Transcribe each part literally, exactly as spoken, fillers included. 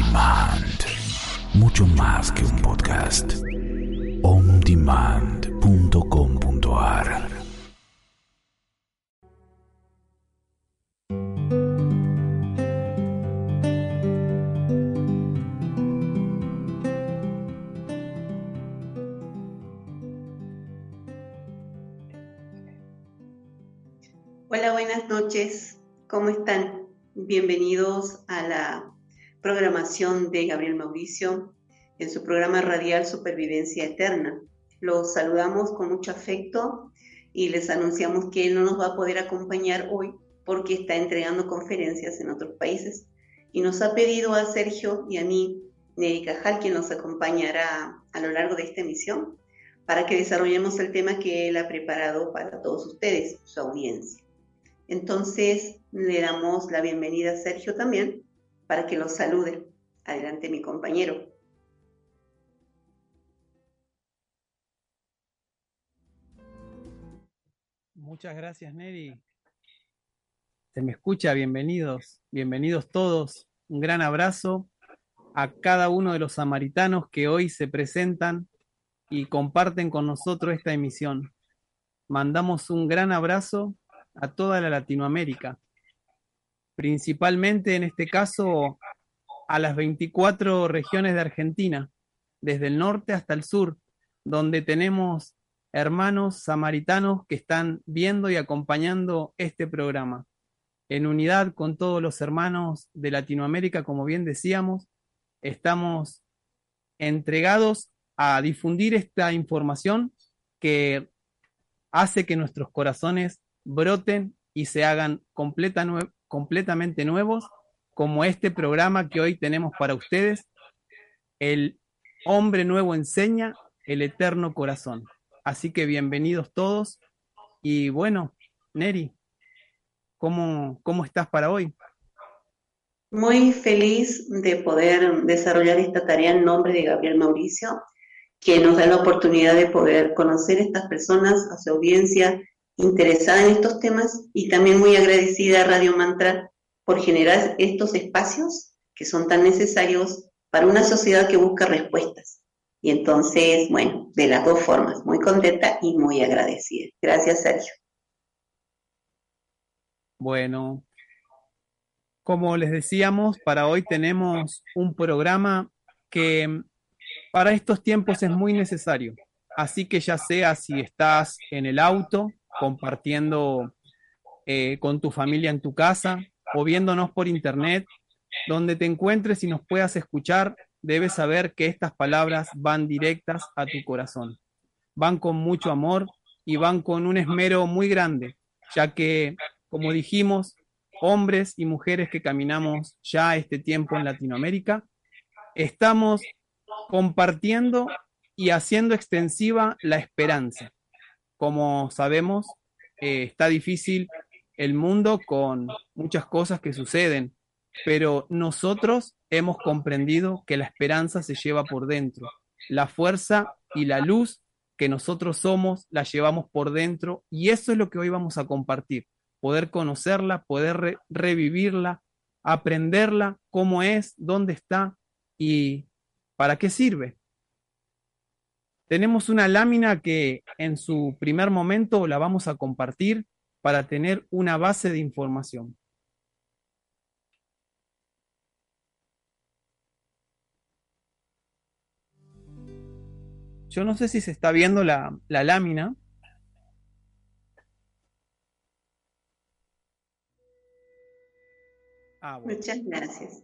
Demand. Mucho más que un podcast. on demand punto com punto a r. Hola, buenas noches. ¿Cómo están? Bienvenidos a la programación de Gabriel Mauricio en su programa radial Supervivencia Eterna. Los saludamos con mucho afecto y les anunciamos que él no nos va a poder acompañar hoy porque está entregando conferencias en otros países y nos ha pedido a Sergio y a mí, Neri Cajal, quien nos acompañará a lo largo de esta emisión, para que desarrollemos el tema que él ha preparado para todos ustedes, su audiencia. Entonces, le damos la bienvenida a Sergio también, para que los salude. Adelante, mi compañero. Muchas gracias, Neri. Se me escucha, bienvenidos, bienvenidos todos. Un gran abrazo a cada uno de los samaritanos que hoy se presentan y comparten con nosotros esta emisión. Mandamos un gran abrazo a toda la Latinoamérica, principalmente en este caso a las veinticuatro regiones de Argentina, desde el norte hasta el sur, donde tenemos hermanos samaritanos que están viendo y acompañando este programa. En unidad con todos los hermanos de Latinoamérica, como bien decíamos, estamos entregados a difundir esta información que hace que nuestros corazones broten y se hagan completa nue- completamente nuevos, como este programa que hoy tenemos para ustedes, El Hombre Nuevo Enseña, el Eterno Corazón. Así que bienvenidos todos y bueno, Neri, ¿cómo, cómo estás para hoy? Muy feliz de poder desarrollar esta tarea en nombre de Gabriel Mauricio, que nos da la oportunidad de poder conocer a estas personas, a su audiencia interesada en estos temas, y también muy agradecida a Radio Mantra por generar estos espacios que son tan necesarios para una sociedad que busca respuestas. Y entonces, bueno, de las dos formas, muy contenta y muy agradecida. Gracias, Sergio. Bueno, como les decíamos, para hoy tenemos un programa que para estos tiempos es muy necesario. Así que ya sea si estás en el auto compartiendo eh, con tu familia en tu casa o viéndonos por internet, donde te encuentres y nos puedas escuchar, debes saber que estas palabras van directas a tu corazón. Van con mucho amor y van con un esmero muy grande, ya que, como dijimos, hombres y mujeres que caminamos ya este tiempo en Latinoamérica, estamos compartiendo y haciendo extensiva la esperanza. Como sabemos, eh, está difícil el mundo con muchas cosas que suceden, pero nosotros hemos comprendido que la esperanza se lleva por dentro. La fuerza y la luz que nosotros somos la llevamos por dentro y eso es lo que hoy vamos a compartir. Poder conocerla, poder re revivirla, aprenderla, cómo es, dónde está y para qué sirve. Tenemos una lámina que en su primer momento la vamos a compartir para tener una base de información. Yo no sé si se está viendo la, la lámina. Ah, bueno. Muchas gracias.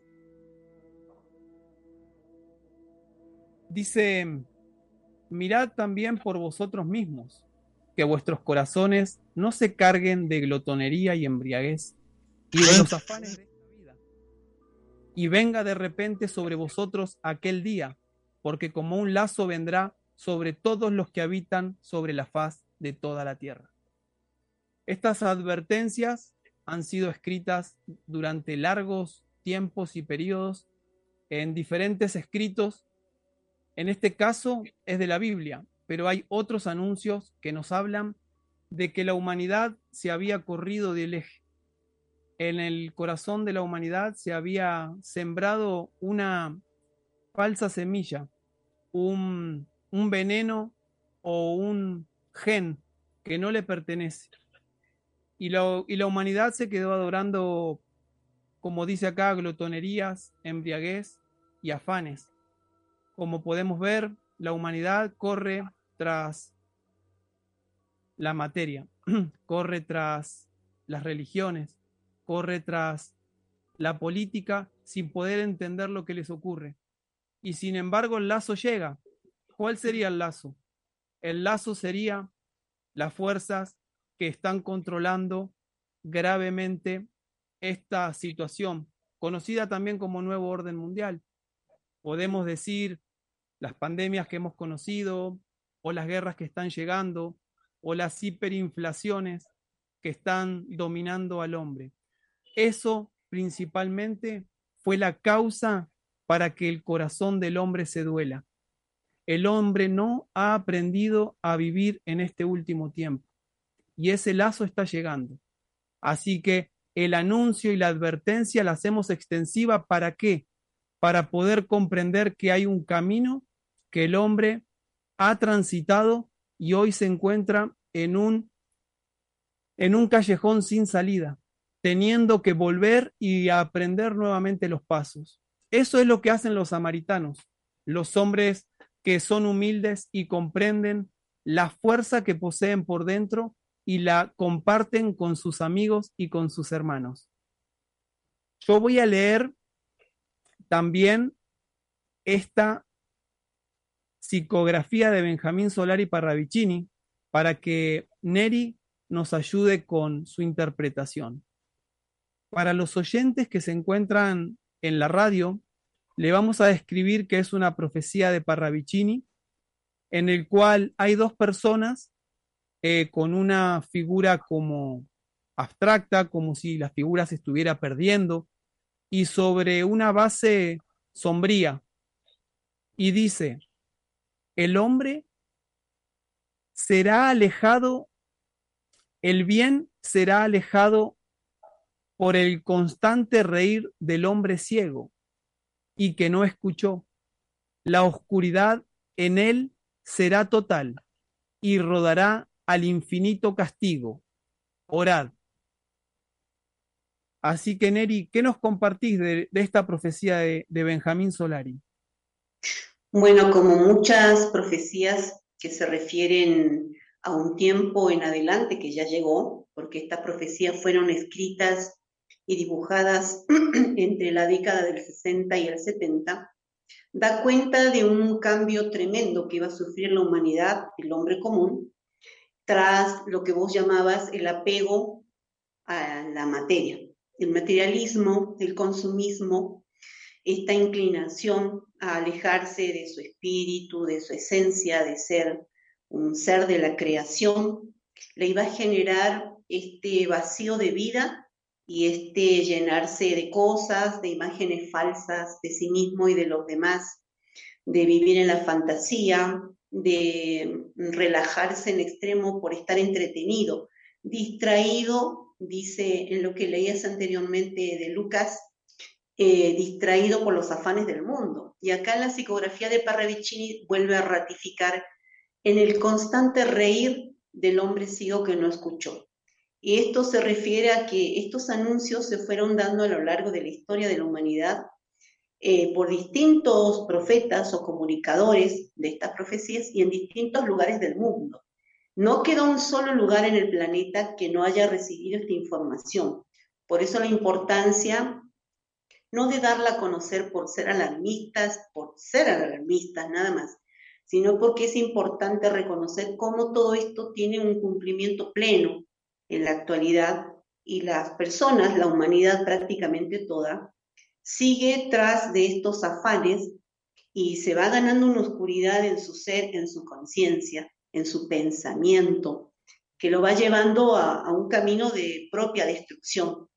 Dice, mirad también por vosotros mismos, que vuestros corazones no se carguen de glotonería y embriaguez y de los afanes de esta vida. Y venga de repente sobre vosotros aquel día, porque como un lazo vendrá sobre todos los que habitan sobre la faz de toda la tierra. Estas advertencias han sido escritas durante largos tiempos y periodos en diferentes escritos. En este caso es de la Biblia, pero hay otros anuncios que nos hablan de que la humanidad se había corrido del eje, en el corazón de la humanidad se había sembrado una falsa semilla, un, un veneno o un gen que no le pertenece. Y, lo, y la humanidad se quedó adorando, como dice acá, glotonerías, embriaguez y afanes. Como podemos ver, la humanidad corre tras la materia, corre tras las religiones, corre tras la política sin poder entender lo que les ocurre. Y sin embargo el lazo llega. ¿Cuál sería el lazo? El lazo sería las fuerzas que están controlando gravemente esta situación, conocida también como nuevo orden mundial. Podemos decir las pandemias que hemos conocido, o las guerras que están llegando, o las hiperinflaciones que están dominando al hombre. Eso principalmente fue la causa para que el corazón del hombre se duela. El hombre no ha aprendido a vivir en este último tiempo y ese lazo está llegando. Así que el anuncio y la advertencia la hacemos extensiva. ¿Para qué? Para poder comprender que hay un camino que el hombre ha transitado y hoy se encuentra en un, en un callejón sin salida, teniendo que volver y aprender nuevamente los pasos. Eso es lo que hacen los samaritanos, los hombres que son humildes y comprenden la fuerza que poseen por dentro y la comparten con sus amigos y con sus hermanos. Yo voy a leer también esta psicografía de Benjamín Solari Parravicini para que Neri nos ayude con su interpretación. Para los oyentes que se encuentran en la radio, le vamos a describir que es una profecía de Parravicini, en el cual hay dos personas eh, con una figura como abstracta, como si la figura se estuviera perdiendo, y sobre una base sombría. Y dice, el hombre será alejado, el bien será alejado por el constante reír del hombre ciego y que no escuchó. La oscuridad en él será total y rodará al infinito castigo. Orad. Así que, Neri, ¿qué nos compartís de, de esta profecía de, de Benjamín Solari? Bueno, como muchas profecías que se refieren a un tiempo en adelante que ya llegó, porque estas profecías fueron escritas y dibujadas entre la década del sesenta y el setenta, da cuenta de un cambio tremendo que iba a sufrir la humanidad, el hombre común, tras lo que vos llamabas el apego a la materia, el materialismo, el consumismo, esta inclinación a alejarse de su espíritu, de su esencia, de ser un ser de la creación, le iba a generar este vacío de vida y este llenarse de cosas, de imágenes falsas de sí mismo y de los demás, de vivir en la fantasía, de relajarse en extremo por estar entretenido, distraído, dice en lo que leías anteriormente de Lucas, eh, distraído por los afanes del mundo. Y acá la psicografía de Parravicini vuelve a ratificar en el constante reír del hombre ciego que no escuchó. Y esto se refiere a que estos anuncios se fueron dando a lo largo de la historia de la humanidad eh, por distintos profetas o comunicadores de estas profecías y en distintos lugares del mundo. No quedó un solo lugar en el planeta que no haya recibido esta información. Por eso la importancia no de darla a conocer por ser alarmistas, por ser alarmistas nada más, sino porque es importante reconocer cómo todo esto tiene un cumplimiento pleno en la actualidad y las personas, la humanidad prácticamente toda, sigue tras de estos afanes y se va ganando una oscuridad en su ser, en su conciencia, en su pensamiento, que lo va llevando a, a un camino de propia destrucción.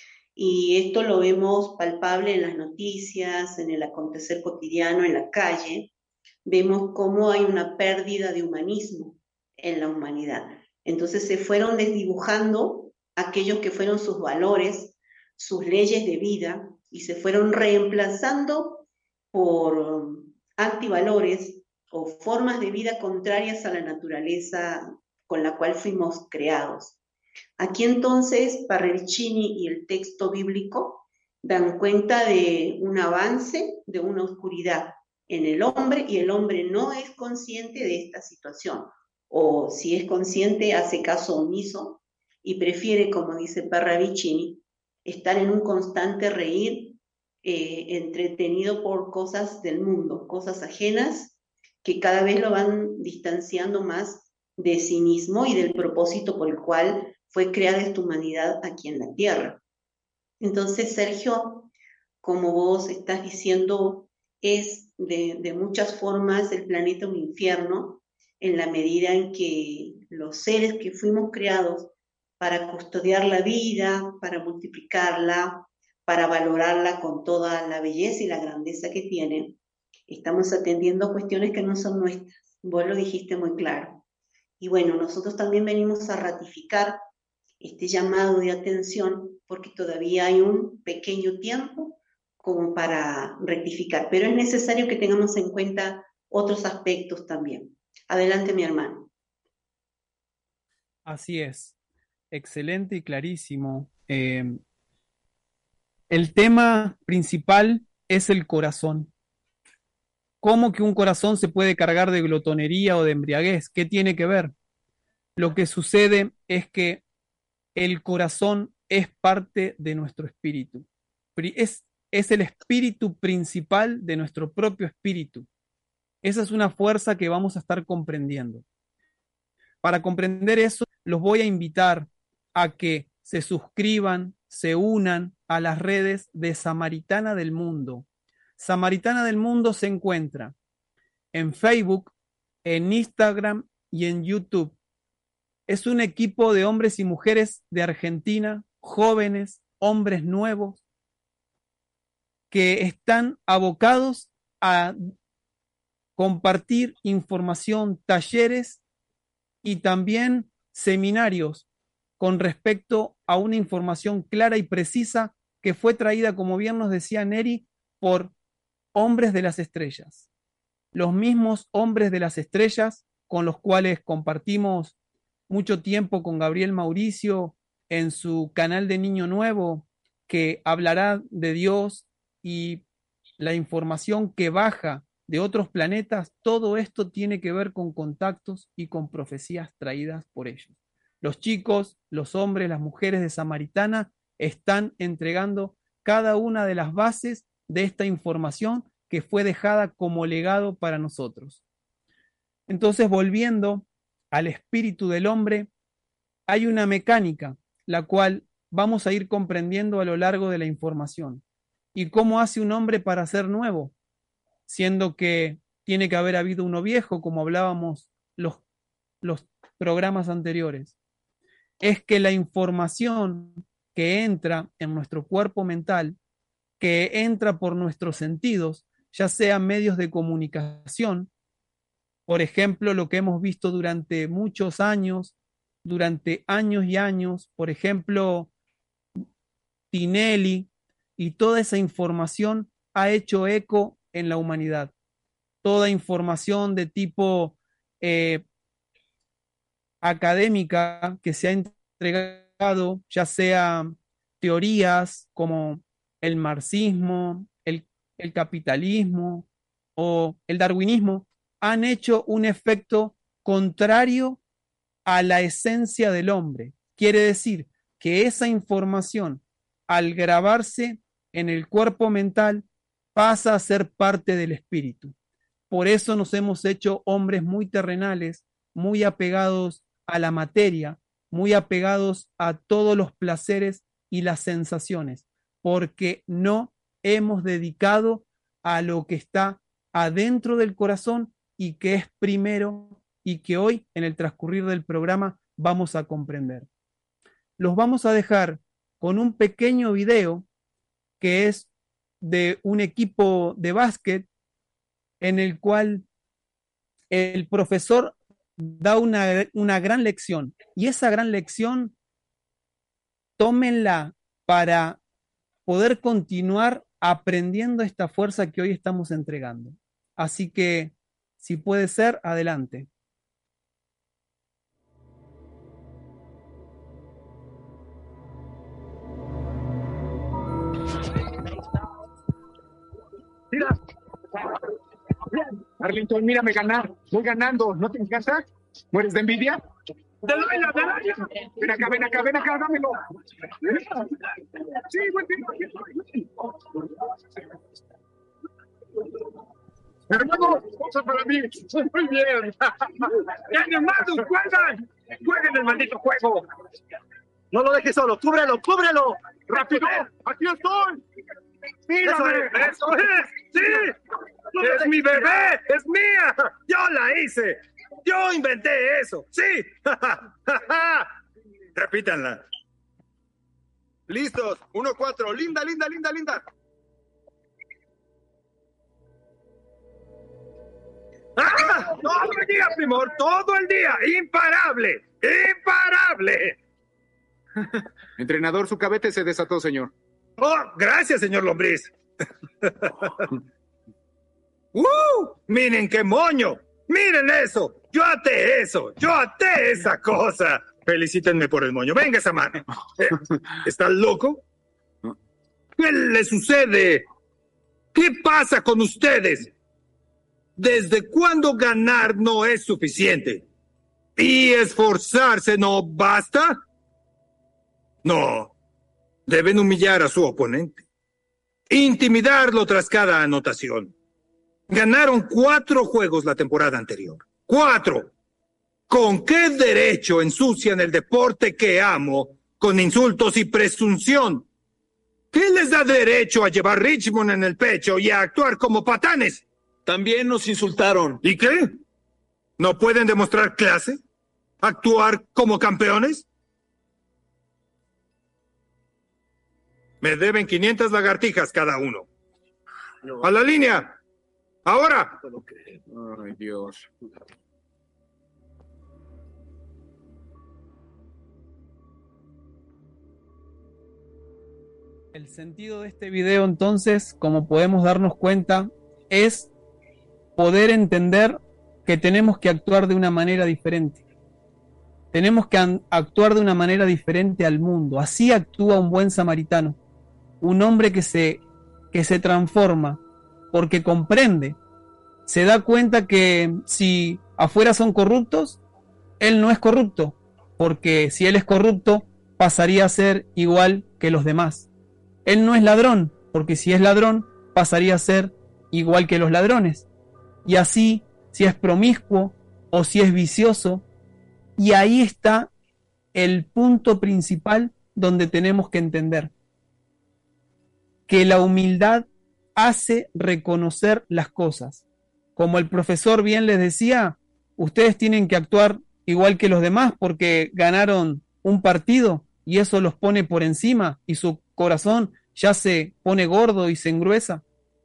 Y esto lo vemos palpable en las noticias, en el acontecer cotidiano, en la calle. Vemos cómo hay una pérdida de humanismo en la humanidad. Entonces se fueron desdibujando aquellos que fueron sus valores, sus leyes de vida y se fueron reemplazando por antivalores o formas de vida contrarias a la naturaleza con la cual fuimos creados. Aquí entonces Parravicini y el texto bíblico dan cuenta de un avance, de una oscuridad en el hombre, y el hombre no es consciente de esta situación, o si es consciente hace caso omiso y prefiere, como dice Parravicini, estar en un constante reír, eh, entretenido por cosas del mundo, cosas ajenas que cada vez lo van distanciando más de sí mismo y del propósito por el cual fue creada esta humanidad aquí en la Tierra. Entonces, Sergio, como vos estás diciendo, es de, de muchas formas el planeta un infierno, en la medida en que los seres que fuimos creados para custodiar la vida, para multiplicarla, para valorarla con toda la belleza y la grandeza que tiene, estamos atendiendo cuestiones que no son nuestras. Vos lo dijiste muy claro. Y bueno, nosotros también venimos a ratificar este llamado de atención porque todavía hay un pequeño tiempo como para rectificar, pero es necesario que tengamos en cuenta otros aspectos también. Adelante, mi hermano. Así es, excelente y clarísimo. Eh, el tema principal es el corazón. ¿Cómo que un corazón se puede cargar de glotonería o de embriaguez? ¿Qué tiene que ver? Lo que sucede es que el corazón es parte de nuestro espíritu. Es, es el espíritu principal de nuestro propio espíritu. Esa es una fuerza que vamos a estar comprendiendo. Para comprender eso, los voy a invitar a que se suscriban, se unan a las redes de Samaritana del Mundo. Samaritana del Mundo se encuentra en Facebook, en Instagram y en YouTube. Es un equipo de hombres y mujeres de Argentina, jóvenes, hombres nuevos, que están abocados a compartir información, talleres y también seminarios con respecto a una información clara y precisa que fue traída, como bien nos decía Neri, por hombres de las estrellas. Los mismos hombres de las estrellas con los cuales compartimos mucho tiempo con Gabriel Mauricio en su canal de Niño Nuevo, que hablará de Dios y la información que baja de otros planetas. Todo esto tiene que ver con contactos y con profecías traídas por ellos. Los chicos, los hombres, las mujeres de Samaritana están entregando cada una de las bases de esta información que fue dejada como legado para nosotros. Entonces, volviendo al espíritu del hombre, hay una mecánica, la cual vamos a ir comprendiendo a lo largo de la información. ¿Y cómo hace un hombre para ser nuevo? Siendo que tiene que haber habido uno viejo, como hablábamos los, los programas anteriores. Es que la información que entra en nuestro cuerpo mental, que entra por nuestros sentidos, ya sean medios de comunicación, por ejemplo, lo que hemos visto durante muchos años, durante años y años, por ejemplo, Tinelli, y toda esa información ha hecho eco en la humanidad. Toda información de tipo eh, académica que se ha entregado, ya sea teorías como el marxismo, el, el capitalismo o el darwinismo, han hecho un efecto contrario a la esencia del hombre. Quiere decir que esa información, al grabarse en el cuerpo mental, pasa a ser parte del espíritu. Por eso nos hemos hecho hombres muy terrenales, muy apegados a la materia, muy apegados a todos los placeres y las sensaciones, porque no hemos dedicado a lo que está adentro del corazón y que es primero y que hoy, en el transcurrir del programa, vamos a comprender. Los vamos a dejar con un pequeño video que es de un equipo de básquet en el cual el profesor da una, una gran lección, y esa gran lección tómenla para poder continuar aprendiendo esta fuerza que hoy estamos entregando. Así que, si puede ser, adelante. Mira, Arlington, mírame ganar. Voy ganando. ¿No te encanta? ¿Mueres de envidia? ¡Delaila, Delaila! Ven acá, ven acá, ven acá, dámelo. Sí, buen tiro. Hermano, cosa para mí. Muy bien. ¡Ganen más, juegan! ¡Jueguen el maldito juego! No lo dejes solo. ¡Cúbrelo, cúbrelo! ¡Rápido! ¡Aquí estoy! ¡Mírame! ¡Eso es! ¡Sí! ¡Es mi bebé! ¡Es mía! ¡Yo la hice! ¡Yo inventé eso! ¡Sí! Repítanla. Listos. Uno, cuatro. Linda, linda, linda, linda. ¡Ah! Todo el día, primor. Todo el día. ¡Imparable! ¡Imparable! Entrenador, su cabete se desató, señor. ¡Oh, gracias, señor Lombriz! ¡Uh! ¡Miren qué moño! ¡Miren eso! ¡Yo até eso! ¡Yo até esa cosa! Felicítenme por el moño. ¡Venga esa mano! Eh, ¿Estás loco? ¿Qué le sucede? ¿Qué pasa con ustedes? ¿Desde cuándo ganar no es suficiente? ¿Y esforzarse no basta? No. Deben humillar a su oponente. Intimidarlo tras cada anotación. Ganaron cuatro juegos la temporada anterior. ¡Cuatro! ¿Con qué derecho ensucian el deporte que amo con insultos y presunción? ¿Qué les da derecho a llevar Richmond en el pecho y a actuar como patanes? También nos insultaron. ¿Y qué? ¿No pueden demostrar clase? ¿Actuar como campeones? Me deben quinientas lagartijas cada uno. ¡A la línea! ¡Ahora! Ay, Dios. El sentido de este video, entonces, como podemos darnos cuenta, es poder entender que tenemos que actuar de una manera diferente. Tenemos que actuar de una manera diferente al mundo. Así actúa un buen samaritano. Un hombre que se, que se transforma porque comprende, se da cuenta que si afuera son corruptos, él no es corrupto, porque si él es corrupto, pasaría a ser igual que los demás. Él no es ladrón, porque si es ladrón, pasaría a ser igual que los ladrones. Y así, si es promiscuo o si es vicioso, y ahí está el punto principal donde tenemos que entender que la humildad hace reconocer las cosas. Como el profesor bien les decía, ustedes tienen que actuar igual que los demás porque ganaron un partido y eso los pone por encima y su corazón ya se pone gordo y se engruesa.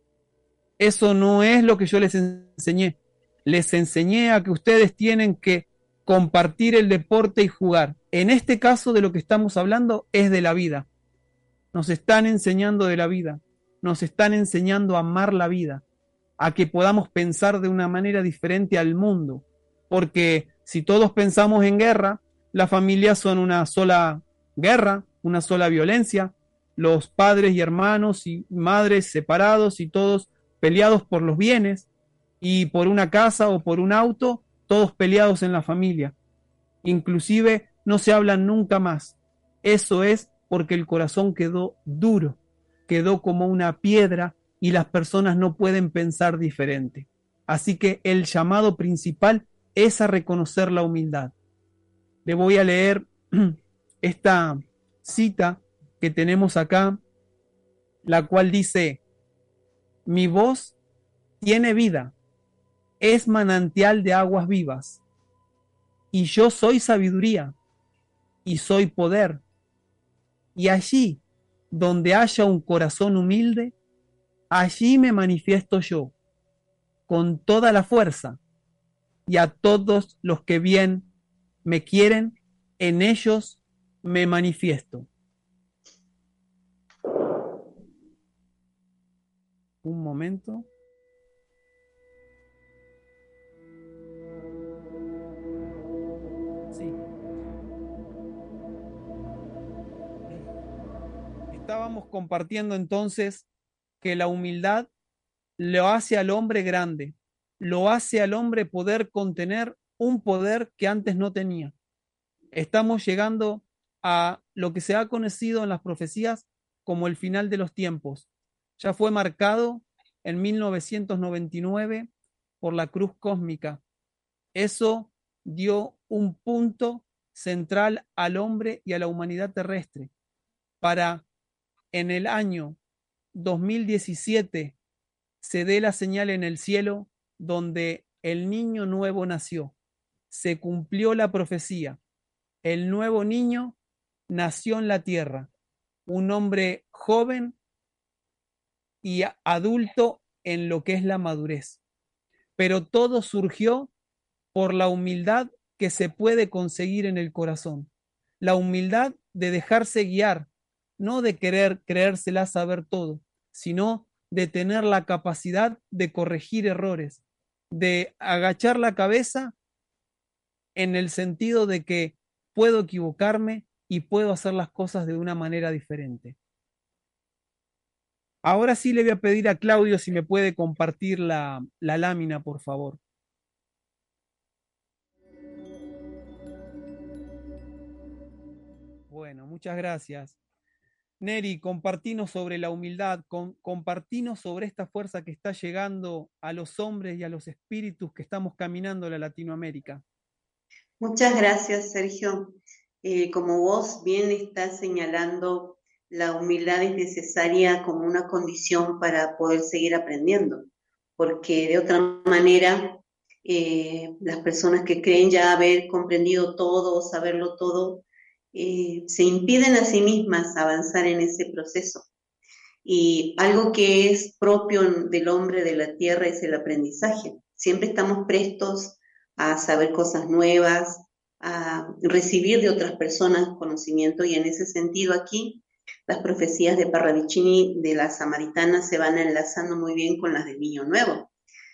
Eso no es lo que yo les enseñé. Les enseñé a que ustedes tienen que compartir el deporte y jugar. En este caso de lo que estamos hablando es de la vida. Nos están enseñando de la vida. Nos están enseñando a amar la vida, a que podamos pensar de una manera diferente al mundo. Porque si todos pensamos en guerra, las familias son una sola guerra, una sola violencia, los padres y hermanos y madres separados y todos peleados por los bienes y por una casa o por un auto, todos peleados en la familia. Inclusive no se hablan nunca más. Eso es porque el corazón quedó duro, quedó como una piedra y las personas no pueden pensar diferente. Así que el llamado principal es a reconocer la humildad. Le voy a leer esta cita que tenemos acá, la cual dice: mi voz tiene vida, es manantial de aguas vivas, y yo soy sabiduría, y soy poder. Y allí, donde haya un corazón humilde, allí me manifiesto yo, con toda la fuerza, y a todos los que bien me quieren, en ellos me manifiesto. Un momento. Sí. Estábamos compartiendo entonces que la humildad lo hace al hombre grande, lo hace al hombre poder contener un poder que antes no tenía. Estamos llegando a lo que se ha conocido en las profecías como el final de los tiempos. Ya fue marcado en mil novecientos noventa y nueve por la cruz cósmica. Eso dio un punto central al hombre y a la humanidad terrestre para en el año dos mil diecisiete se dé la señal en el cielo donde el niño nuevo nació. Se cumplió la profecía. El nuevo niño nació en la tierra, un hombre joven y adulto en lo que es la madurez. Pero todo surgió por la humildad que se puede conseguir en el corazón. La humildad de dejarse guiar, no de querer creérsela saber todo, sino de tener la capacidad de corregir errores, de agachar la cabeza en el sentido de que puedo equivocarme y puedo hacer las cosas de una manera diferente. Ahora sí le voy a pedir a Claudio si me puede compartir la, la lámina, por favor. Bueno, muchas gracias. Neri, compartinos sobre la humildad, com, compartinos sobre esta fuerza que está llegando a los hombres y a los espíritus que estamos caminando en la Latinoamérica. Muchas gracias, Sergio. Eh, como vos bien estás señalando, la humildad es necesaria como una condición para poder seguir aprendiendo, porque de otra manera eh, las personas que creen ya haber comprendido todo o saberlo todo, eh, se impiden a sí mismas avanzar en ese proceso. Y algo que es propio del hombre de la tierra es el aprendizaje. Siempre estamos prestos a saber cosas nuevas, a recibir de otras personas conocimiento, y en ese sentido aquí las profecías de Parravicini de la Samaritana se van enlazando muy bien con las del Niño Nuevo.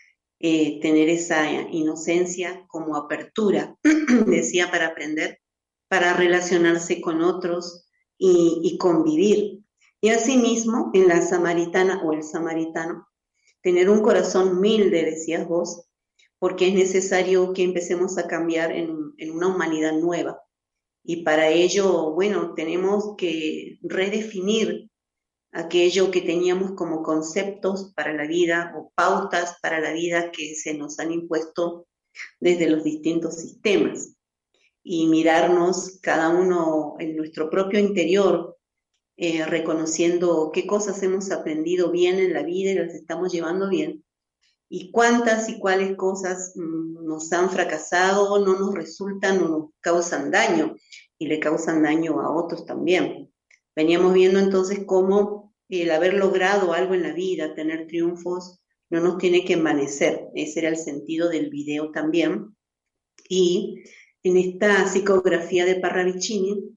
Eh, tener esa inocencia como apertura, decía, para aprender, para relacionarse con otros y, y convivir. Y asimismo, en la Samaritana o el Samaritano, tener un corazón humilde, decías vos, porque es necesario que empecemos a cambiar en, en una humanidad nueva. Y para ello, bueno, tenemos que redefinir aquello que teníamos como conceptos para la vida o pautas para la vida que se nos han impuesto desde los distintos sistemas. Y mirarnos cada uno en nuestro propio interior, eh, reconociendo qué cosas hemos aprendido bien en la vida y las estamos llevando bien, y cuántas y cuáles cosas mmm, nos han fracasado, no nos resultan o nos causan daño, y le causan daño a otros también. Veníamos viendo entonces cómo el haber logrado algo en la vida, tener triunfos, no nos tiene que envanecer. Ese era el sentido del video también. Y en esta psicografía de Parravicini,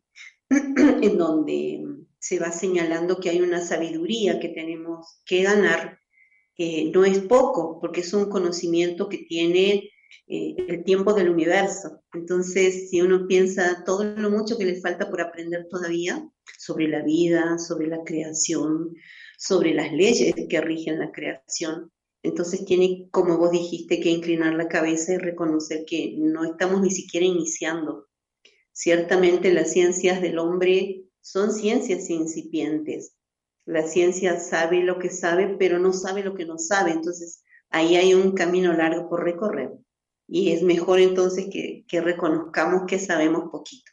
en donde se va señalando que hay una sabiduría que tenemos que ganar, eh, no es poco, porque es un conocimiento que tiene eh, el tiempo del universo. Entonces, si uno piensa todo lo mucho que le falta por aprender todavía sobre la vida, sobre la creación, sobre las leyes que rigen la creación, entonces tiene, como vos dijiste, que inclinar la cabeza y reconocer que no estamos ni siquiera iniciando. Ciertamente las ciencias del hombre son ciencias incipientes. La ciencia sabe lo que sabe, pero no sabe lo que no sabe. Entonces ahí hay un camino largo por recorrer. Y es mejor entonces que, que reconozcamos que sabemos poquito.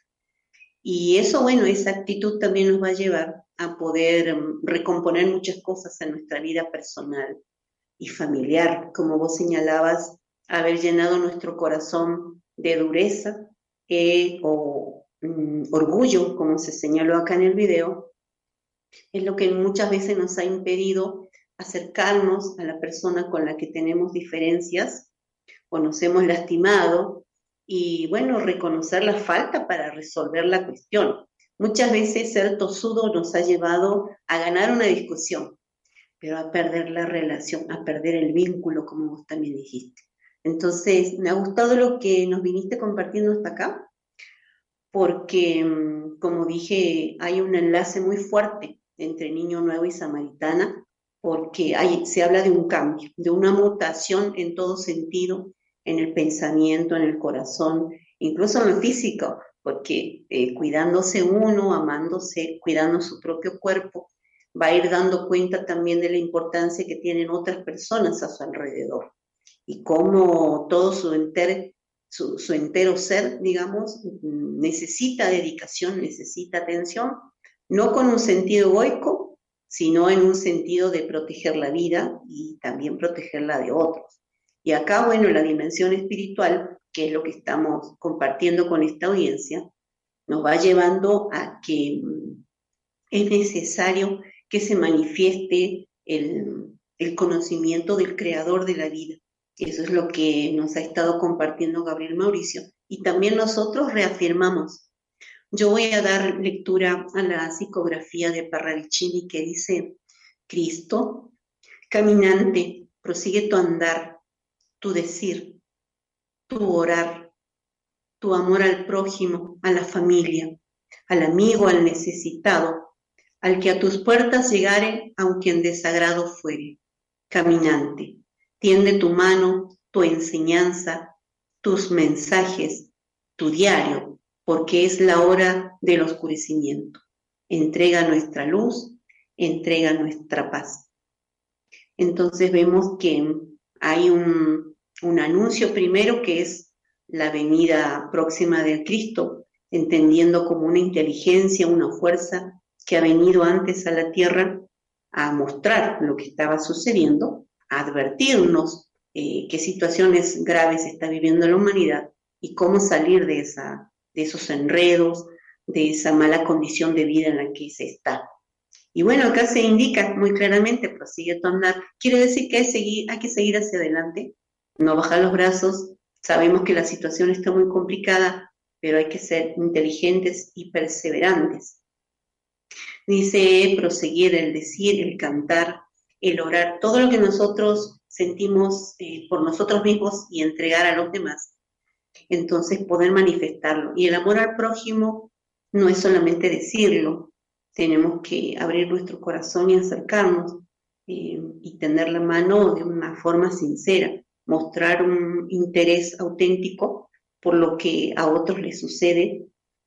Y eso, bueno, esa actitud también nos va a llevar a poder recomponer muchas cosas en nuestra vida personal y familiar, como vos señalabas, haber llenado nuestro corazón de dureza eh, o mm, orgullo, como se señaló acá en el video, es lo que muchas veces nos ha impedido acercarnos a la persona con la que tenemos diferencias o nos hemos lastimado, y bueno, reconocer la falta para resolver la cuestión. Muchas veces ser tosudo nos ha llevado a ganar una discusión, pero a perder la relación, a perder el vínculo, como vos también dijiste. Entonces, me ha gustado lo que nos viniste compartiendo hasta acá, porque, como dije, hay un enlace muy fuerte entre Niño Nuevo y Samaritana, porque hay, se habla de un cambio, de una mutación en todo sentido, en el pensamiento, en el corazón, incluso en lo físico, porque eh, cuidándose uno, amándose, cuidando su propio cuerpo, va a ir dando cuenta también de la importancia que tienen otras personas a su alrededor y cómo todo su, enter, su, su entero ser, digamos, necesita dedicación, necesita atención, no con un sentido egoico, sino en un sentido de proteger la vida y también protegerla de otros. Y acá, bueno, la dimensión espiritual, que es lo que estamos compartiendo con esta audiencia, nos va llevando a que es necesario que se manifieste el, el conocimiento del creador de la vida. Eso es lo que nos ha estado compartiendo Gabriel Mauricio. Y también nosotros reafirmamos. Yo voy a dar lectura a la psicografía de Parravicini que dice: Cristo, caminante, prosigue tu andar, tu decir, tu orar, tu amor al prójimo, a la familia, al amigo, al necesitado, al que a tus puertas llegare, aunque en desagrado fuere. Caminante, tiende tu mano, tu enseñanza, tus mensajes, tu diario, porque es la hora del oscurecimiento. Entrega nuestra luz, entrega nuestra paz. Entonces vemos que hay un, un anuncio primero que es la venida próxima del Cristo, entendiendo como una inteligencia, una fuerza que ha venido antes a la tierra a mostrar lo que estaba sucediendo, a advertirnos eh, qué situaciones graves está viviendo la humanidad y cómo salir de, esa, de esos enredos, de esa mala condición de vida en la que se está. Y bueno, acá se indica muy claramente, prosigue tu andar, quiere decir que hay, seguir, hay que seguir hacia adelante, no bajar los brazos, sabemos que la situación está muy complicada, pero hay que ser inteligentes y perseverantes. Dice proseguir, el decir, el cantar, el orar, todo lo que nosotros sentimos eh, por nosotros mismos y entregar a los demás. Entonces poder manifestarlo. Y el amor al prójimo no es solamente decirlo, tenemos que abrir nuestro corazón y acercarnos eh, y tender la mano de una forma sincera, mostrar un interés auténtico por lo que a otros les sucede.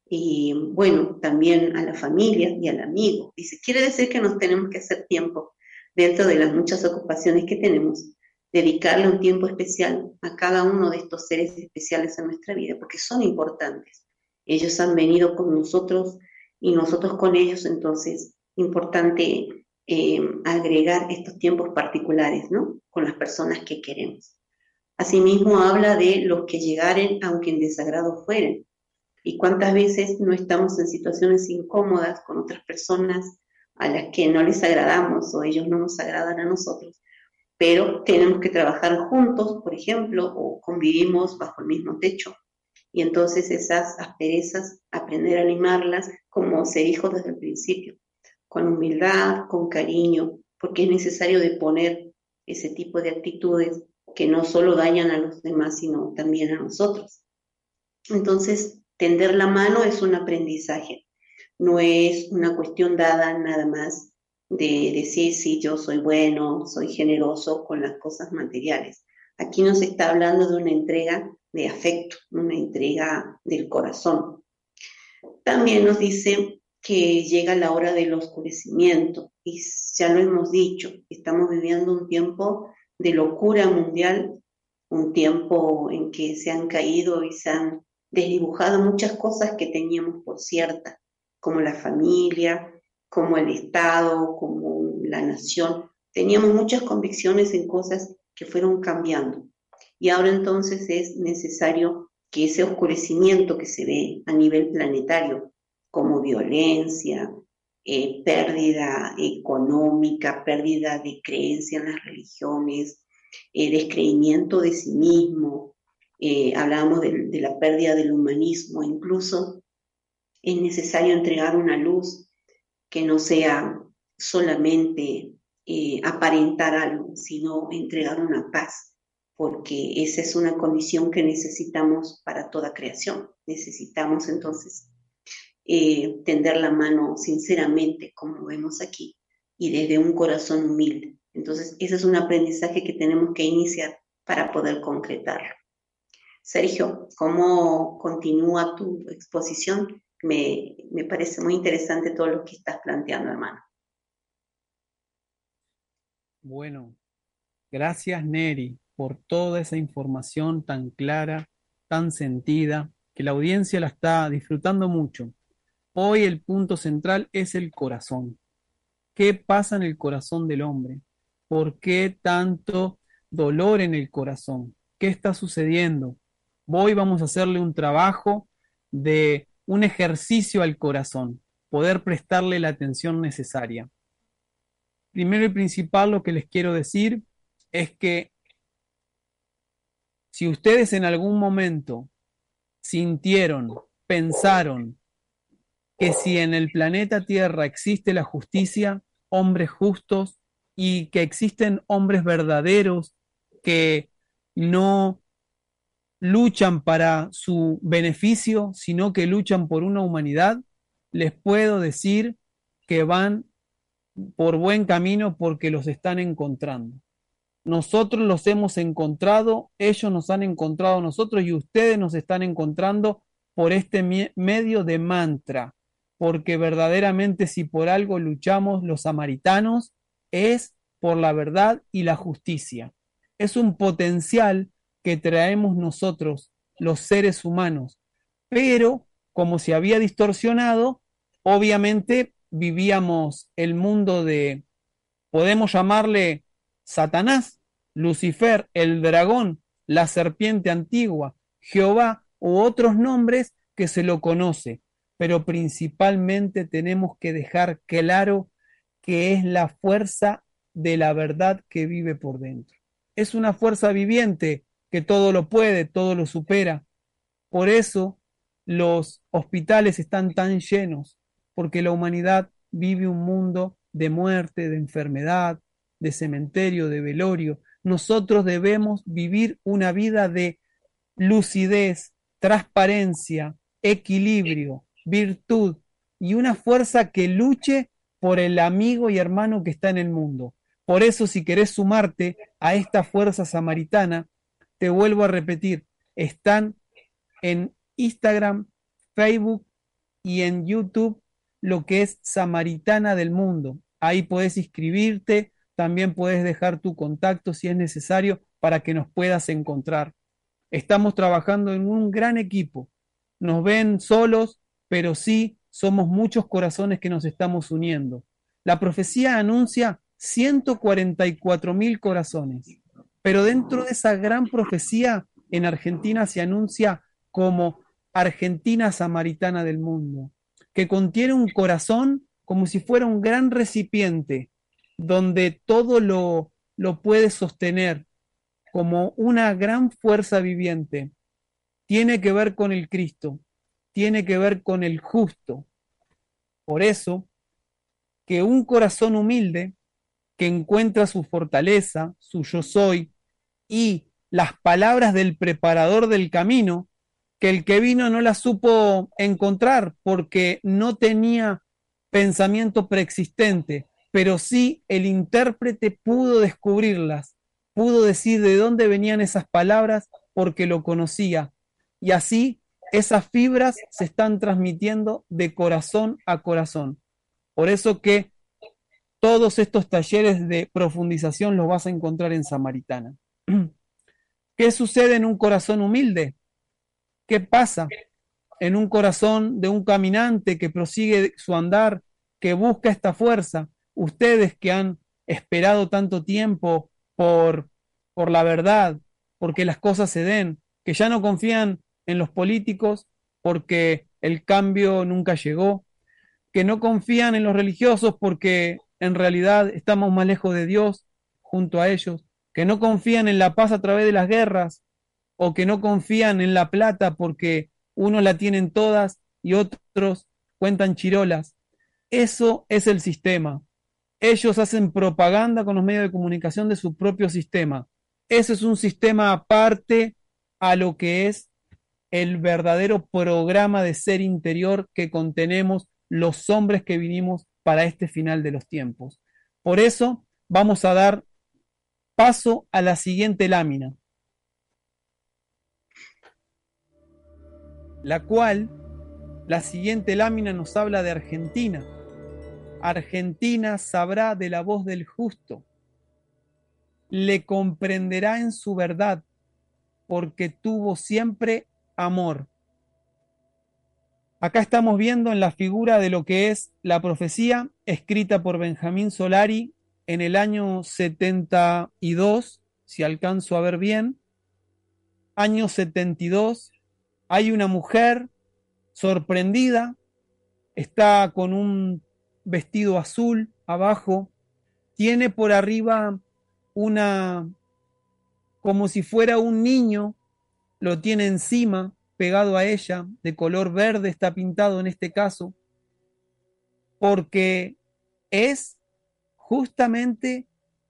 Y bueno, también a la familia y al amigo. Dice, quiere decir que nos tenemos que hacer tiempo dentro de las muchas ocupaciones que tenemos, dedicarle un tiempo especial a cada uno de estos seres especiales en nuestra vida, porque son importantes. Ellos han venido con nosotros y nosotros con ellos, entonces, importante eh, agregar estos tiempos particulares, ¿no? Con las personas que queremos. Asimismo, habla de los que llegaren, aunque en desagrado fueren. Y cuántas veces no estamos en situaciones incómodas con otras personas a las que no les agradamos o ellos no nos agradan a nosotros, pero tenemos que trabajar juntos, por ejemplo, o convivimos bajo el mismo techo. Y entonces esas asperezas, aprender a animarlas, como se dijo desde el principio, con humildad, con cariño, porque es necesario deponer ese tipo de actitudes que no solo dañan a los demás, sino también a nosotros. Entonces, tender la mano es un aprendizaje, no es una cuestión dada nada más de decir si yo soy bueno, soy generoso con las cosas materiales. Aquí nos está hablando de una entrega de afecto, una entrega del corazón. También nos dice que llega la hora del oscurecimiento, y ya lo hemos dicho, estamos viviendo un tiempo de locura mundial, un tiempo en que se han caído y se han desdibujado muchas cosas que teníamos por ciertas, como la familia, como el Estado, como la nación. Teníamos muchas convicciones en cosas que fueron cambiando. Y ahora entonces es necesario que ese oscurecimiento que se ve a nivel planetario, como violencia, eh, pérdida económica, pérdida de creencia en las religiones, eh, descreimiento de sí mismo, eh, hablábamos de, de la pérdida del humanismo, incluso es necesario entregar una luz que no sea solamente eh, aparentar algo, sino entregar una paz, porque esa es una condición que necesitamos para toda creación. Necesitamos entonces eh, tender la mano sinceramente, como vemos aquí, y desde un corazón humilde. Entonces, ese es un aprendizaje que tenemos que iniciar para poder concretarlo. Sergio, ¿cómo continúa tu exposición? Me, me parece muy interesante todo lo que estás planteando, hermano. Bueno, gracias Neri por toda esa información tan clara, tan sentida, que la audiencia la está disfrutando mucho. Hoy el punto central es el corazón. ¿Qué pasa en el corazón del hombre? ¿Por qué tanto dolor en el corazón? ¿Qué está sucediendo? Hoy vamos a hacerle un trabajo de un ejercicio al corazón, poder prestarle la atención necesaria. Primero y principal, lo que les quiero decir es que si ustedes en algún momento sintieron, pensaron que si en el planeta Tierra existe la justicia, hombres justos, y que existen hombres verdaderos que no luchan para su beneficio, sino que luchan por una humanidad, les puedo decir que van por buen camino porque los están encontrando. Nosotros los hemos encontrado, ellos nos han encontrado a nosotros y ustedes nos están encontrando por este medio de mantra, porque verdaderamente si por algo luchamos los samaritanos es por la verdad y la justicia. Es un potencial que traemos nosotros, los seres humanos, pero como se había distorsionado, obviamente vivíamos el mundo de, podemos llamarle Satanás, Lucifer, el dragón, la serpiente antigua, Jehová u otros nombres que se lo conoce, pero principalmente tenemos que dejar claro que es la fuerza de la verdad que vive por dentro. Es una fuerza viviente que todo lo puede, todo lo supera. Por eso los hospitales están tan llenos, porque la humanidad vive un mundo de muerte, de enfermedad, de cementerio, de velorio. Nosotros debemos vivir una vida de lucidez, transparencia, equilibrio, virtud y una fuerza que luche por el amigo y hermano que está en el mundo. Por eso, si querés sumarte a esta fuerza samaritana, te vuelvo a repetir, están en Instagram, Facebook y en YouTube lo que es Samaritana del Mundo. Ahí podés inscribirte, también puedes dejar tu contacto si es necesario para que nos puedas encontrar. Estamos trabajando en un gran equipo. Nos ven solos, pero sí somos muchos corazones que nos estamos uniendo. La profecía anuncia ciento cuarenta y cuatro mil corazones, pero dentro de esa gran profecía en Argentina se anuncia como Argentina Samaritana del Mundo, que contiene un corazón como si fuera un gran recipiente donde todo lo, lo puede sostener como una gran fuerza viviente. Tiene que ver con el Cristo, tiene que ver con el justo. Por eso, que un corazón humilde que encuentra su fortaleza, su yo soy, y las palabras del preparador del camino, que el que vino no las supo encontrar porque no tenía pensamiento preexistente, pero sí el intérprete pudo descubrirlas, pudo decir de dónde venían esas palabras porque lo conocía. Y así esas fibras se están transmitiendo de corazón a corazón. Por eso que todos estos talleres de profundización los vas a encontrar en Samaritana. ¿Qué sucede en un corazón humilde? ¿Qué pasa en un corazón de un caminante que prosigue su andar, que busca esta fuerza? Ustedes que han esperado tanto tiempo por, por la verdad, porque las cosas se den, que ya no confían en los políticos porque el cambio nunca llegó, que no confían en los religiosos porque en realidad estamos más lejos de Dios junto a ellos, que no confían en la paz a través de las guerras, o que no confían en la plata porque unos la tienen todas y otros cuentan chirolas. Eso es el sistema. Ellos hacen propaganda con los medios de comunicación de su propio sistema. Ese es un sistema aparte a lo que es el verdadero programa de ser interior que contenemos los hombres que vinimos para este final de los tiempos. Por eso vamos a dar paso a la siguiente lámina, la cual, la siguiente lámina nos habla de Argentina. Argentina sabrá de la voz del justo, le comprenderá en su verdad, porque tuvo siempre amor. Acá estamos viendo en la figura de lo que es la profecía escrita por Benjamín Solari en el año setenta y dos, si alcanzo a ver bien, año setenta y dos, hay una mujer sorprendida, está con un vestido azul abajo, tiene por arriba una, como si fuera un niño, lo tiene encima, pegado a ella, de color verde está pintado en este caso, porque es justamente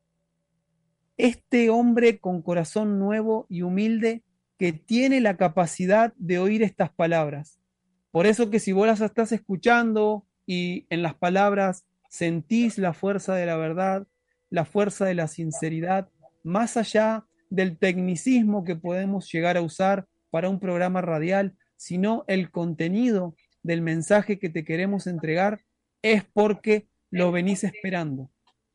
este hombre con corazón nuevo y humilde que tiene la capacidad de oír estas palabras. Por eso que si vos las estás escuchando y en las palabras sentís la fuerza de la verdad, la fuerza de la sinceridad, más allá del tecnicismo que podemos llegar a usar para un programa radial, sino el contenido del mensaje que te queremos entregar, es porque lo venís esperando.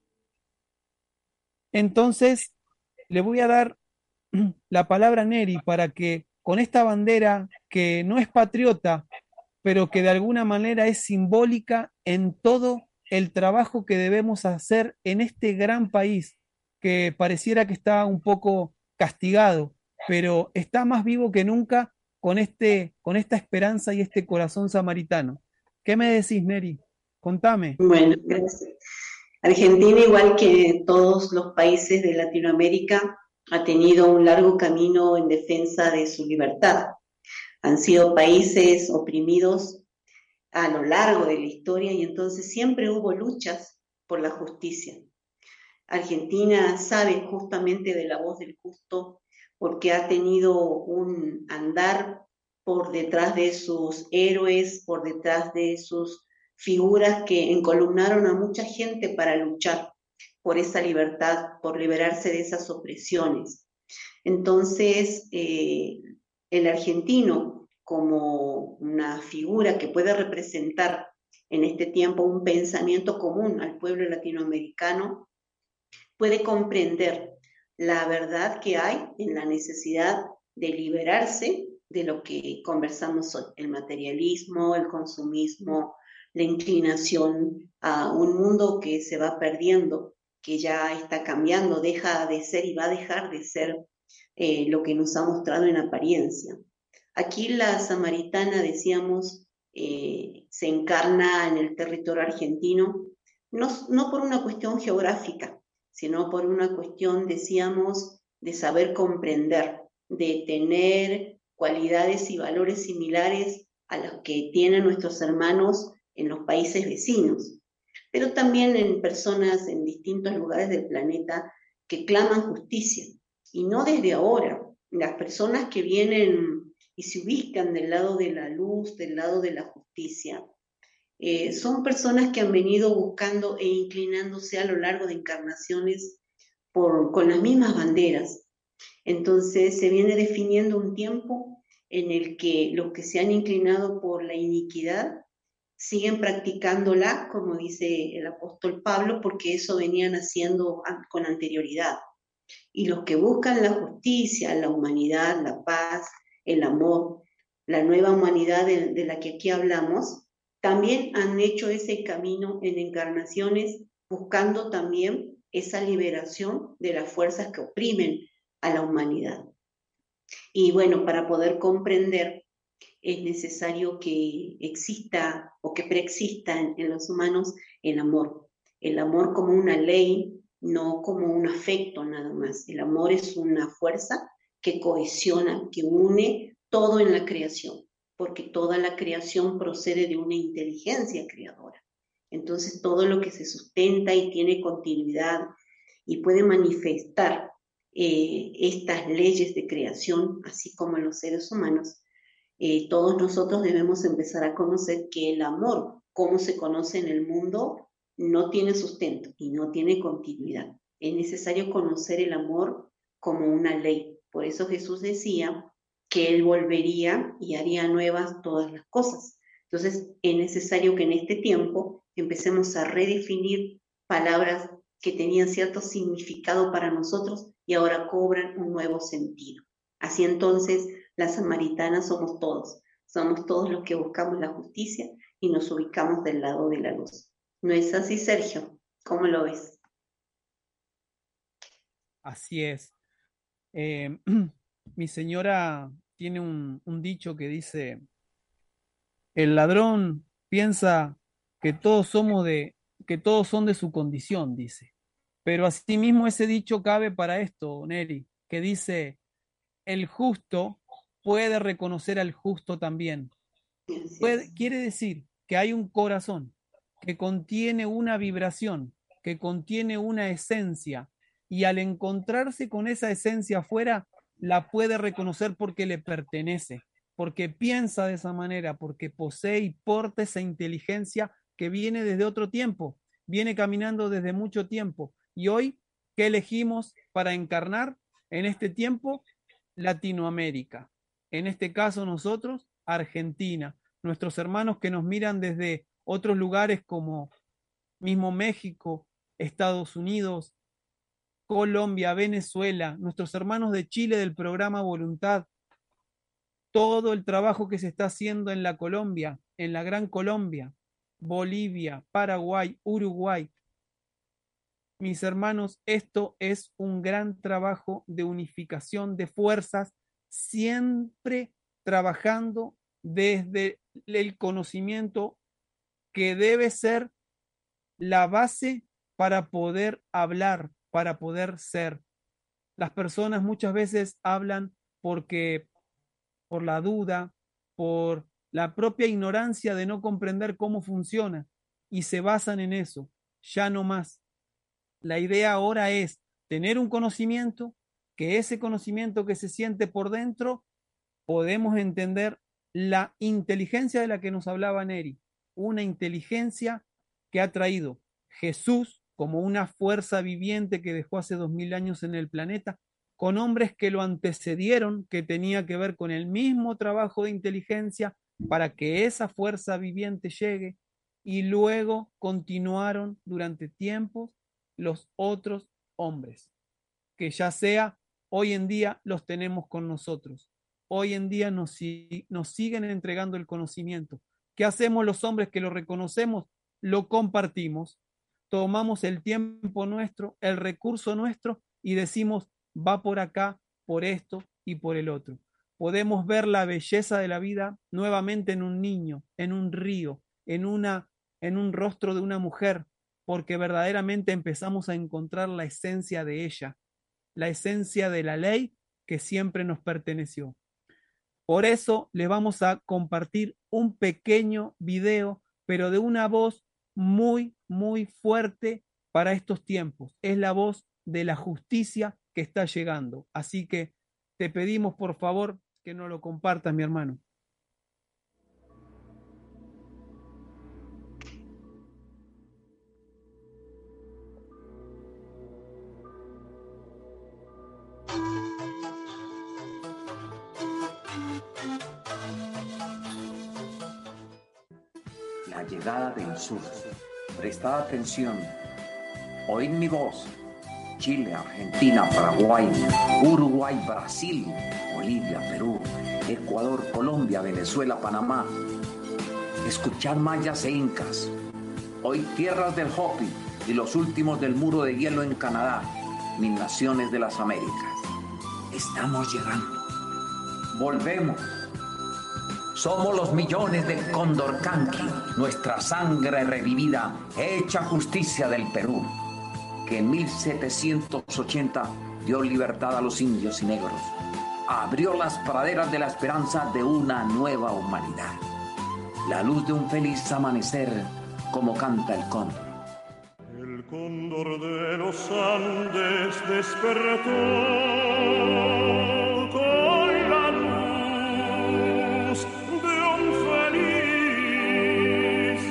Entonces, le voy a dar la palabra a Neri para que con esta bandera que no es patriota, pero que de alguna manera es simbólica en todo el trabajo que debemos hacer en este gran país, que pareciera que está un poco castigado, pero está más vivo que nunca con, este, con esta esperanza y este corazón samaritano. ¿Qué me decís, Neri? Contame. Bueno, gracias. Argentina, igual que todos los países de Latinoamérica, ha tenido un largo camino en defensa de su libertad. Han sido países oprimidos a lo largo de la historia y entonces siempre hubo luchas por la justicia. Argentina sabe justamente de la voz del justo porque ha tenido un andar por detrás de sus héroes, por detrás de sus figuras que encolumnaron a mucha gente para luchar por esa libertad, por liberarse de esas opresiones. Entonces, eh, el argentino, como una figura que puede representar en este tiempo un pensamiento común al pueblo latinoamericano, puede comprender la verdad que hay en la necesidad de liberarse de lo que conversamos hoy, el materialismo, el consumismo, la inclinación a un mundo que se va perdiendo, que ya está cambiando, deja de ser y va a dejar de ser eh, lo que nos ha mostrado en apariencia. Aquí la samaritana, decíamos, eh, se encarna en el territorio argentino, no, no por una cuestión geográfica, sino por una cuestión, decíamos, de saber comprender, de tener cualidades y valores similares a los que tienen nuestros hermanos en los países vecinos, pero también en personas en distintos lugares del planeta que claman justicia. Y no desde ahora, las personas que vienen y se ubican del lado de la luz, del lado de la justicia, eh, son personas que han venido buscando e inclinándose a lo largo de encarnaciones por, con las mismas banderas. Entonces se viene definiendo un tiempo en el que los que se han inclinado por la iniquidad siguen practicándola, como dice el apóstol Pablo, porque eso venían haciendo con anterioridad. Y los que buscan la justicia, la humanidad, la paz, el amor, la nueva humanidad de, de la que aquí hablamos, también han hecho ese camino en encarnaciones, buscando también esa liberación de las fuerzas que oprimen a la humanidad. Y bueno, para poder comprender, es necesario que exista o que preexista en, en los humanos el amor. El amor como una ley, no como un afecto nada más. El amor es una fuerza que cohesiona, que une todo en la creación, porque toda la creación procede de una inteligencia creadora. Entonces todo lo que se sustenta y tiene continuidad y puede manifestar eh, estas leyes de creación, así como en los seres humanos, eh, todos nosotros debemos empezar a conocer que el amor, como se conoce en el mundo, no tiene sustento y no tiene continuidad. Es necesario conocer el amor como una ley. Por eso Jesús decía que Él volvería y haría nuevas todas las cosas. Entonces es necesario que en este tiempo empecemos a redefinir palabras que tenían cierto significado para nosotros y ahora cobran un nuevo sentido. Así entonces, las samaritanas somos todos, somos todos los que buscamos la justicia y nos ubicamos del lado de la luz. ¿No es así, Sergio? ¿Cómo lo ves? Así es. Eh, mi señora tiene un, un dicho que dice, el ladrón piensa que todos somos de, que todos son de su condición, dice. Pero asimismo ese dicho cabe para esto, Neri, que dice, el justo puede reconocer al justo también. Puede, quiere decir que hay un corazón que contiene una vibración, que contiene una esencia, y al encontrarse con esa esencia afuera, la puede reconocer porque le pertenece, porque piensa de esa manera, porque posee y porta esa inteligencia que viene desde otro tiempo, viene caminando desde mucho tiempo. Y hoy, ¿qué elegimos para encarnar en este tiempo? Latinoamérica. En este caso nosotros, Argentina. Nuestros hermanos que nos miran desde otros lugares como mismo México, Estados Unidos, Colombia, Venezuela, nuestros hermanos de Chile del programa Voluntad, todo el trabajo que se está haciendo en la Colombia, en la Gran Colombia, Bolivia, Paraguay, Uruguay. Mis hermanos, esto es un gran trabajo de unificación de fuerzas, siempre trabajando desde el conocimiento que debe ser la base para poder hablar, para poder ser. Las personas muchas veces hablan porque por la duda, por la propia ignorancia de no comprender cómo funciona y se basan en eso, ya no más. La idea ahora es tener un conocimiento, que ese conocimiento que se siente por dentro, podemos entender la inteligencia de la que nos hablaba Neri, una inteligencia que ha traído Jesús como una fuerza viviente que dejó hace dos mil años en el planeta, con hombres que lo antecedieron, que tenía que ver con el mismo trabajo de inteligencia para que esa fuerza viviente llegue, y luego continuaron durante tiempos los otros hombres, que ya sea hoy en día los tenemos con nosotros. Hoy en día nos, nos siguen entregando el conocimiento. ¿Qué hacemos los hombres que lo reconocemos? Lo compartimos, tomamos el tiempo nuestro, el recurso nuestro y decimos, va por acá, por esto y por el otro. Podemos ver la belleza de la vida nuevamente en un niño, en un río, en, una, en un rostro de una mujer, porque verdaderamente empezamos a encontrar la esencia de ella, la esencia de la ley que siempre nos perteneció. Por eso les vamos a compartir un pequeño video, pero de una voz muy, muy fuerte para estos tiempos. Es la voz de la justicia que está llegando. Así que te pedimos, por favor, que nos lo compartas, mi hermano. La llegada del sur. Prestad atención. Oíd mi voz. Chile, Argentina, Paraguay, Uruguay, Brasil, Bolivia, Perú, Ecuador, Colombia, Venezuela, Panamá. Escuchad mayas e incas. Oíd tierras del Hopi y los últimos del muro de hielo en Canadá, mis naciones de las Américas. Estamos llegando. Volvemos. Somos los millones del Condorcanqui, nuestra sangre revivida, hecha justicia del Perú, que en mil setecientos ochenta dio libertad a los indios y negros, abrió las praderas de la esperanza de una nueva humanidad. La luz de un feliz amanecer como canta el cóndor. El cóndor de los Andes despertó con la luz de un feliz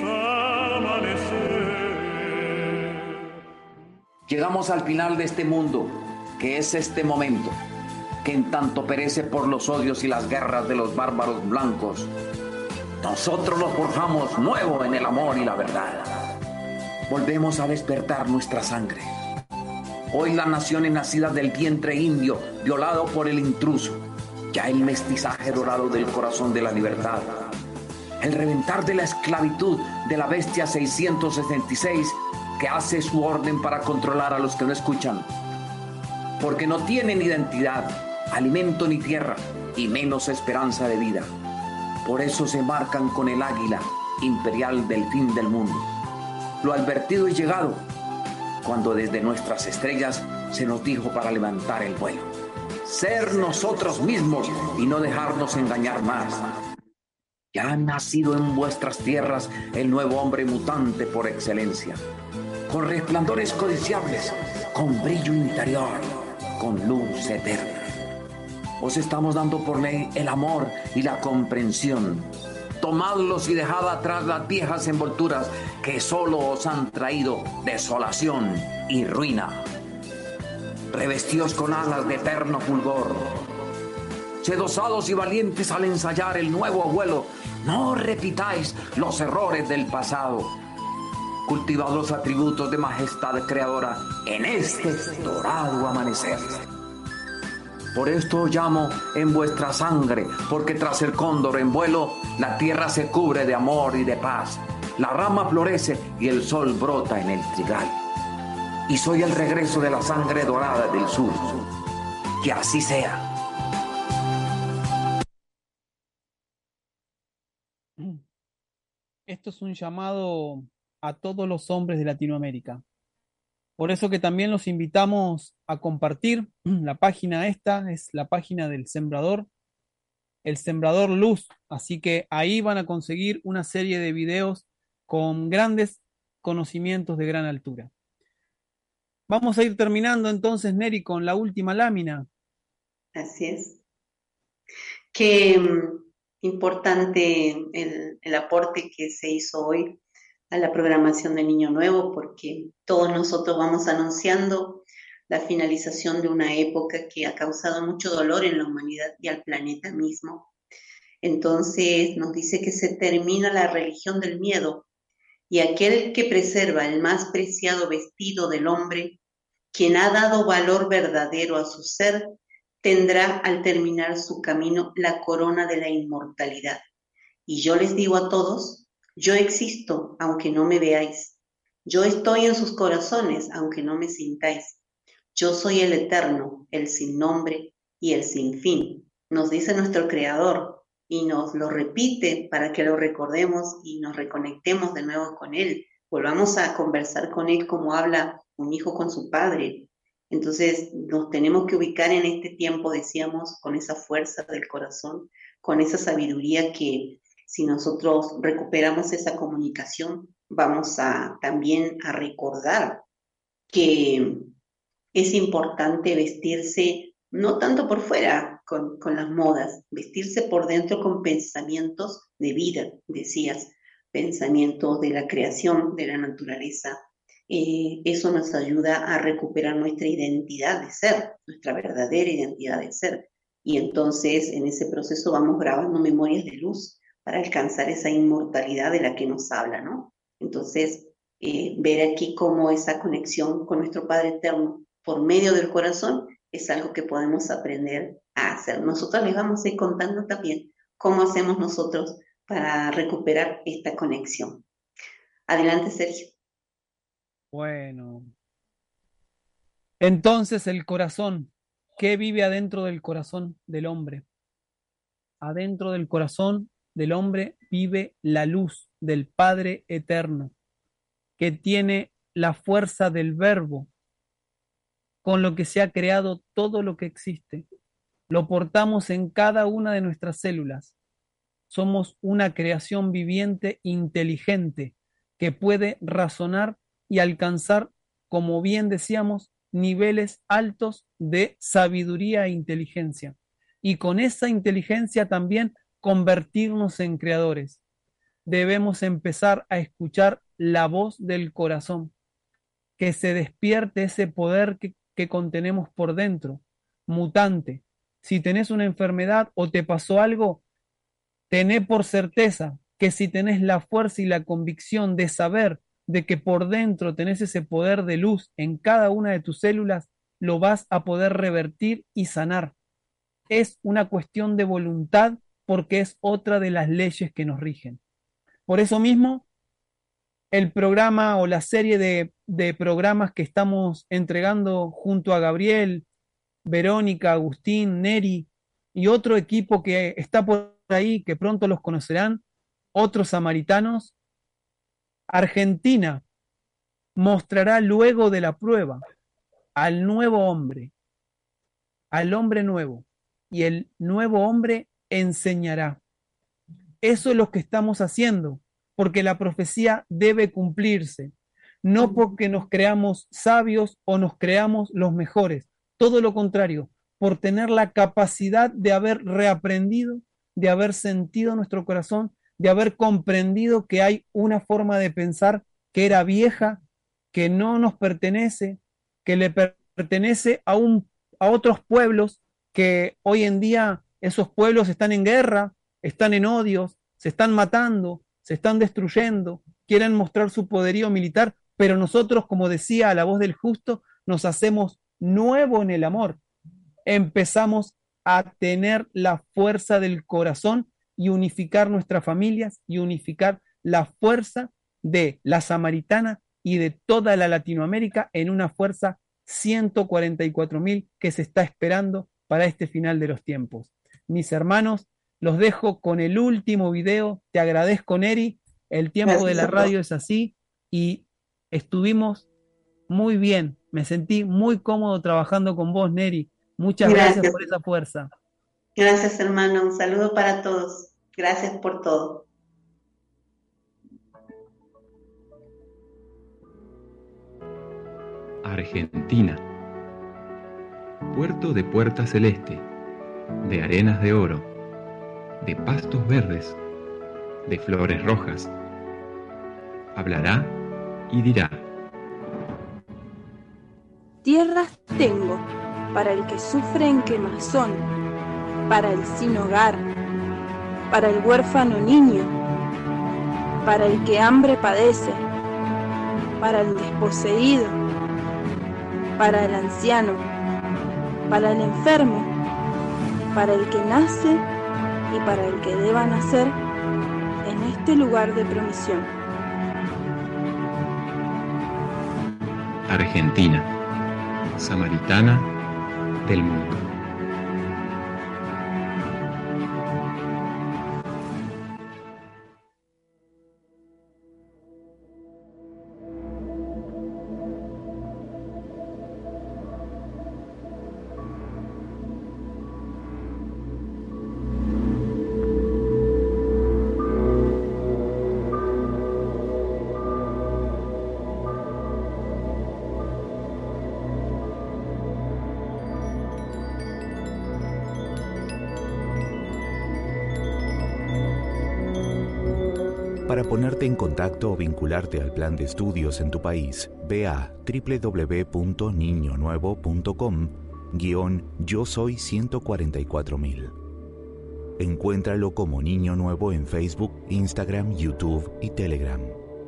amanecer. Llegamos al final de este mundo, que es este momento, que en tanto perece por los odios y las guerras de los bárbaros blancos. Nosotros lo forjamos nuevo en el amor y la verdad. Volvemos a despertar nuestra sangre. Hoy las naciones nacidas del vientre indio, violado por el intruso, ya el mestizaje dorado del corazón de la libertad, el reventar de la esclavitud de la bestia seiscientos sesenta y seis que hace su orden para controlar a los que no escuchan, porque no tienen identidad, alimento ni tierra, y menos esperanza de vida. Por eso se marcan con el águila imperial del fin del mundo. Lo advertido y llegado, cuando desde nuestras estrellas se nos dijo para levantar el vuelo. Ser nosotros mismos y no dejarnos engañar más. Ya ha nacido en vuestras tierras el nuevo hombre mutante por excelencia, con resplandores codiciables, con brillo interior, con luz eterna. Os estamos dando por ley el amor y la comprensión. Tomadlos y dejad atrás las viejas envolturas que solo os han traído desolación y ruina. Revestíos con alas de eterno fulgor. Sed osados y valientes al ensayar el nuevo vuelo. No repitáis los errores del pasado. Cultivad los atributos de majestad creadora en este dorado amanecer. Por esto os llamo en vuestra sangre, porque tras el cóndor en vuelo, la tierra se cubre de amor y de paz. La rama florece y el sol brota en el trigal. Y soy el regreso de la sangre dorada del sur. Que así sea. Esto es un llamado a todos los hombres de Latinoamérica. Por eso que también los invitamos a compartir la página esta, es la página del Sembrador, el Sembrador Luz. Así que ahí van a conseguir una serie de videos con grandes conocimientos de gran altura. Vamos a ir terminando entonces, Neri, con la última lámina. Así es. Qué um, importante el, el aporte que se hizo hoy a la programación de Niño Nuevo, porque todos nosotros vamos anunciando la finalización de una época que ha causado mucho dolor en la humanidad y al planeta mismo. Entonces nos dice que se termina la religión del miedo, y aquel que preserva el más preciado vestido del hombre, quien ha dado valor verdadero a su ser, tendrá al terminar su camino la corona de la inmortalidad. Y yo les digo a todos, yo existo, aunque no me veáis. Yo estoy en sus corazones, aunque no me sintáis. Yo soy el eterno, el sin nombre y el sin fin. Nos dice nuestro Creador y nos lo repite para que lo recordemos y nos reconectemos de nuevo con Él. Volvamos a conversar con Él como habla un hijo con su padre. Entonces nos tenemos que ubicar en este tiempo, decíamos, con esa fuerza del corazón, con esa sabiduría que si nosotros recuperamos esa comunicación, vamos a también a recordar que es importante vestirse no tanto por fuera con, con las modas, vestirse por dentro con pensamientos de vida, decías, pensamientos de la creación, de la naturaleza. Eh, eso nos ayuda a recuperar nuestra identidad de ser, nuestra verdadera identidad de ser. Y entonces en ese proceso vamos grabando memorias de luz para alcanzar esa inmortalidad de la que nos habla, ¿no? Entonces, eh, ver aquí cómo esa conexión con nuestro Padre Eterno por medio del corazón es algo que podemos aprender a hacer. Nosotros les vamos a ir contando también cómo hacemos nosotros para recuperar esta conexión. Adelante, Sergio. Bueno. Entonces, el corazón. ¿Qué vive adentro del corazón del hombre? Adentro del corazón del hombre vive la luz del Padre Eterno, que tiene la fuerza del Verbo, con lo que se ha creado todo lo que existe. Lo portamos en cada una de nuestras células. Somos una creación viviente inteligente que puede razonar y alcanzar, como bien decíamos, niveles altos de sabiduría e inteligencia. Y con esa inteligencia también convertirnos en creadores. Debemos empezar a escuchar la voz del corazón, que se despierte ese poder que, que contenemos por dentro, mutante. Si tenés una enfermedad o te pasó algo, tené por certeza que si tenés la fuerza y la convicción de saber de que por dentro tenés ese poder de luz en cada una de tus células, lo vas a poder revertir y sanar. Es una cuestión de voluntad porque es otra de las leyes que nos rigen. Por eso mismo, el programa o la serie de, de programas que estamos entregando junto a Gabriel, Verónica, Agustín, Neri y otro equipo que está por ahí, que pronto los conocerán, otros samaritanos, Argentina mostrará luego de la prueba al nuevo hombre, al hombre nuevo, y el nuevo hombre enseñará. Eso es lo que estamos haciendo, porque la profecía debe cumplirse, no porque nos creamos sabios o nos creamos los mejores, todo lo contrario, por tener la capacidad de haber reaprendido, de haber sentido nuestro corazón, de haber comprendido que hay una forma de pensar que era vieja, que no nos pertenece, que le pertenece a, un, a otros pueblos, que hoy en día esos pueblos están en guerra, están en odios, se están matando, se están destruyendo, quieren mostrar su poderío militar, pero nosotros, como decía la voz del justo, nos hacemos nuevo en el amor. Empezamos a tener la fuerza del corazón y unificar nuestras familias y unificar la fuerza de la samaritana y de toda la Latinoamérica en una fuerza ciento cuarenta y cuatro mil que se está esperando para este final de los tiempos. Mis hermanos, los dejo con el último video. Te agradezco, Neri. El tiempo Gracias de la radio es así y estuvimos muy bien. Me sentí muy cómodo trabajando con vos, Neri. Muchas gracias, gracias por esa fuerza. Gracias, hermano. Un saludo para todos. Gracias por todo. Argentina. Puerto de puerta celeste, de arenas de oro, de pastos verdes, de flores rojas. Hablará y dirá: tierras tengo para el que sufre en quemazón, para el sin hogar, para el huérfano niño, para el que hambre padece, para el desposeído, para el anciano, para el enfermo, para el que nace y para el que deba nacer en este lugar de promisión. Argentina, samaritana del mundo. Para ponerte en contacto o vincularte al plan de estudios en tu país, ve a doble u doble u doble u punto niño nuevo punto com guión yo soy ciento cuarenta y cuatro mil. Encuéntralo como Niño Nuevo en Facebook, Instagram, YouTube y Telegram.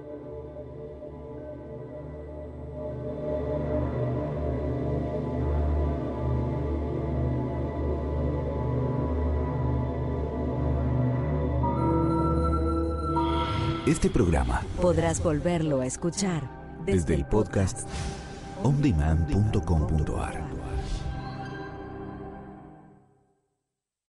Este programa podrás volverlo a escuchar desde, desde el podcast on demand punto com punto a r.